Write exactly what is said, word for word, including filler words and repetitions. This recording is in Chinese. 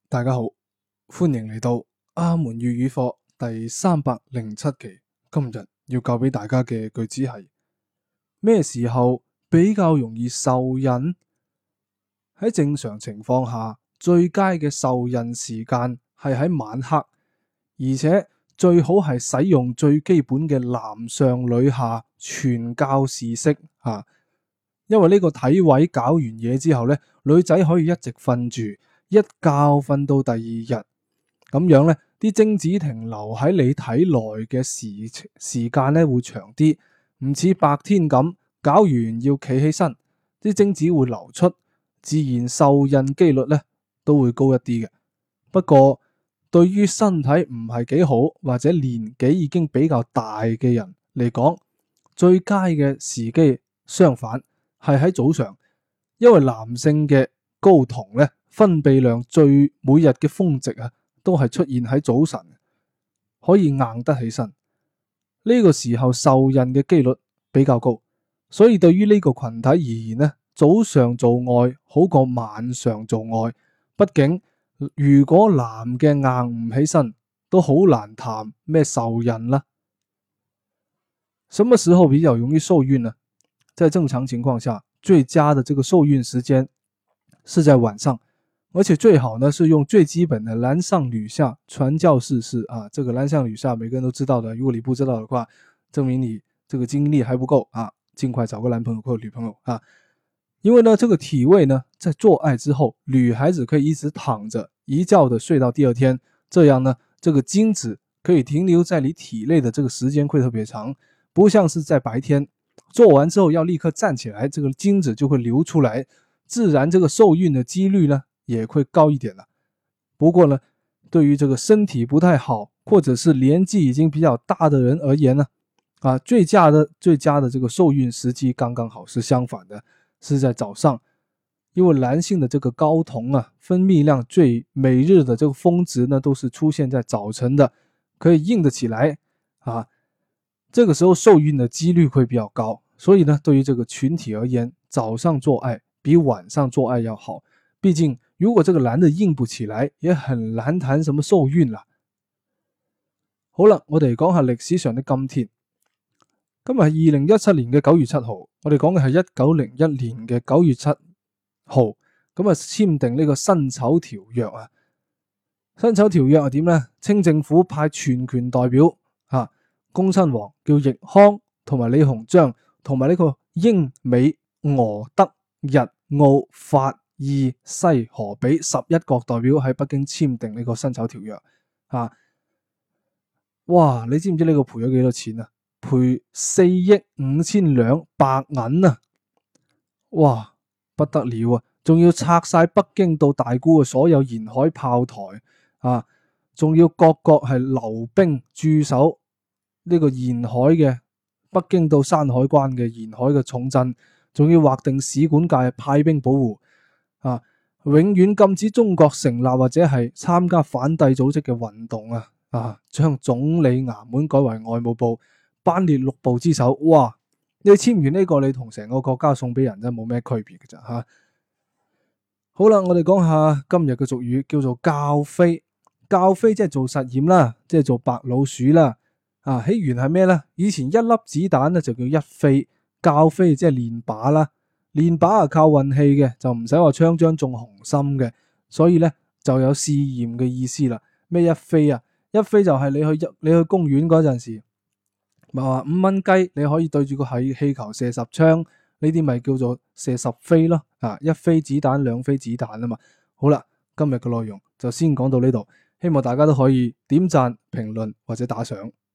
大家好，歡迎嚟到阿門粵語課第三百零七期。今日要教俾大家嘅句子係咩時候比較容易受孕？喺正常情況下，最佳嘅受孕時間係喺晚黑，而且最好係使用最基本嘅男上女下傳教士式啊，因為呢個體位搞完嘢之後呢，女仔可以一直瞓住。一覺瞓到第二日，咁樣呢啲精子停留喺你體內嘅時時間咧會長啲，唔似白天咁搞完要企起身，啲精子會流出，自然受孕機率咧都會高一啲嘅。不過對於身體唔係幾好或者年紀已經比較大嘅人嚟講，最佳嘅時機相反係喺早上，因為男性嘅睾酮咧分泌量最每日嘅峰值啊，都係出現喺早晨，可以硬得起身。呢個時候受孕嘅幾率比較高，所以對於呢個群體而言呢，早上做愛好過晚上做愛。畢竟如果男嘅硬唔起身，都好難談咩受孕啦。什麼時候比較容易受孕呢？在正常情況下，最佳的這個受孕時間是在晚上。而且最好呢是用最基本的男上女下傳教士式啊，這個男上女下每個人都知道的，如果你不知道的話，證明你這個精力還不夠啊，盡快找個男朋友或女朋友啊。因為呢這個體位呢，在做愛之後，女孩子可以一直躺着，一覺的睡到第二天，這樣呢這個精子可以停留在你體內的這個時間會特別長，不像是在白天做完之後要立刻站起來，這個精子就會流出來，自然這個受孕的幾率呢也會高一點了。不過呢，對於這個身體不太好，或者是年紀已經比較大的人而言呢，啊，最佳的最佳的這個受孕時機剛剛好是相反的，是在早上，因為男性的這個睾酮啊分泌量最每日的這個峰值呢都是出現在早晨的，可以硬得起來啊，這個時候受孕的幾率會比較高。所以呢，對於這個群體而言，早上做愛比晚上做愛要好，畢竟如果這個男的硬不起來，也很難談什麼受孕啦。好啦，我哋講下歷史上的今天。今日係二零一七年嘅九月七號，我哋講嘅係一九零一年嘅九月七號，咁啊簽訂呢個辛丑條約啊。辛丑條約係點呢？清政府派全權代表啊，恭親王叫奕匡同埋李鴻章，同埋呢個英美俄德日澳法意西河比十一國代表喺北京簽訂呢個辛丑條約啊！哇，你知唔知呢個賠咗幾多錢啊？賠四億五千兩白銀啊！哇，不得了啊！仲要拆晒北京到大沽嘅所有沿海炮台啊！仲要各國係留兵駐守呢個沿海嘅北京到山海關嘅沿海嘅重鎮，仲要劃定使館界派兵保護。啊！永遠禁止中國成立或者係參加反帝組織嘅運動啊！啊！將總理衙門改為外務部，班列六部之首。哇！你簽完呢個，你同成個國家送俾人真係冇咩區別嘅咋吓。好啦，我哋講下今日嘅俗語，叫做教飛。教飛即係做實驗啦，即係做白老鼠啦。啊，起源係咩咧？以前一粒子彈咧就叫一飛，教飛即係練靶啦。練靶係靠運氣嘅，就唔使話槍將中紅心嘅，所以咧就有試驗嘅意思啦。咩一飛啊？一飛就係你去一你去公園嗰陣時，咪話五蚊雞你可以對住個氣氣球射十槍，呢啲咪叫做射十飛咯。啊，一飛子彈兩飛子彈啊嘛。好啦，今日嘅內容就先講到呢度，希望大家都可以點讚、評論或者打賞。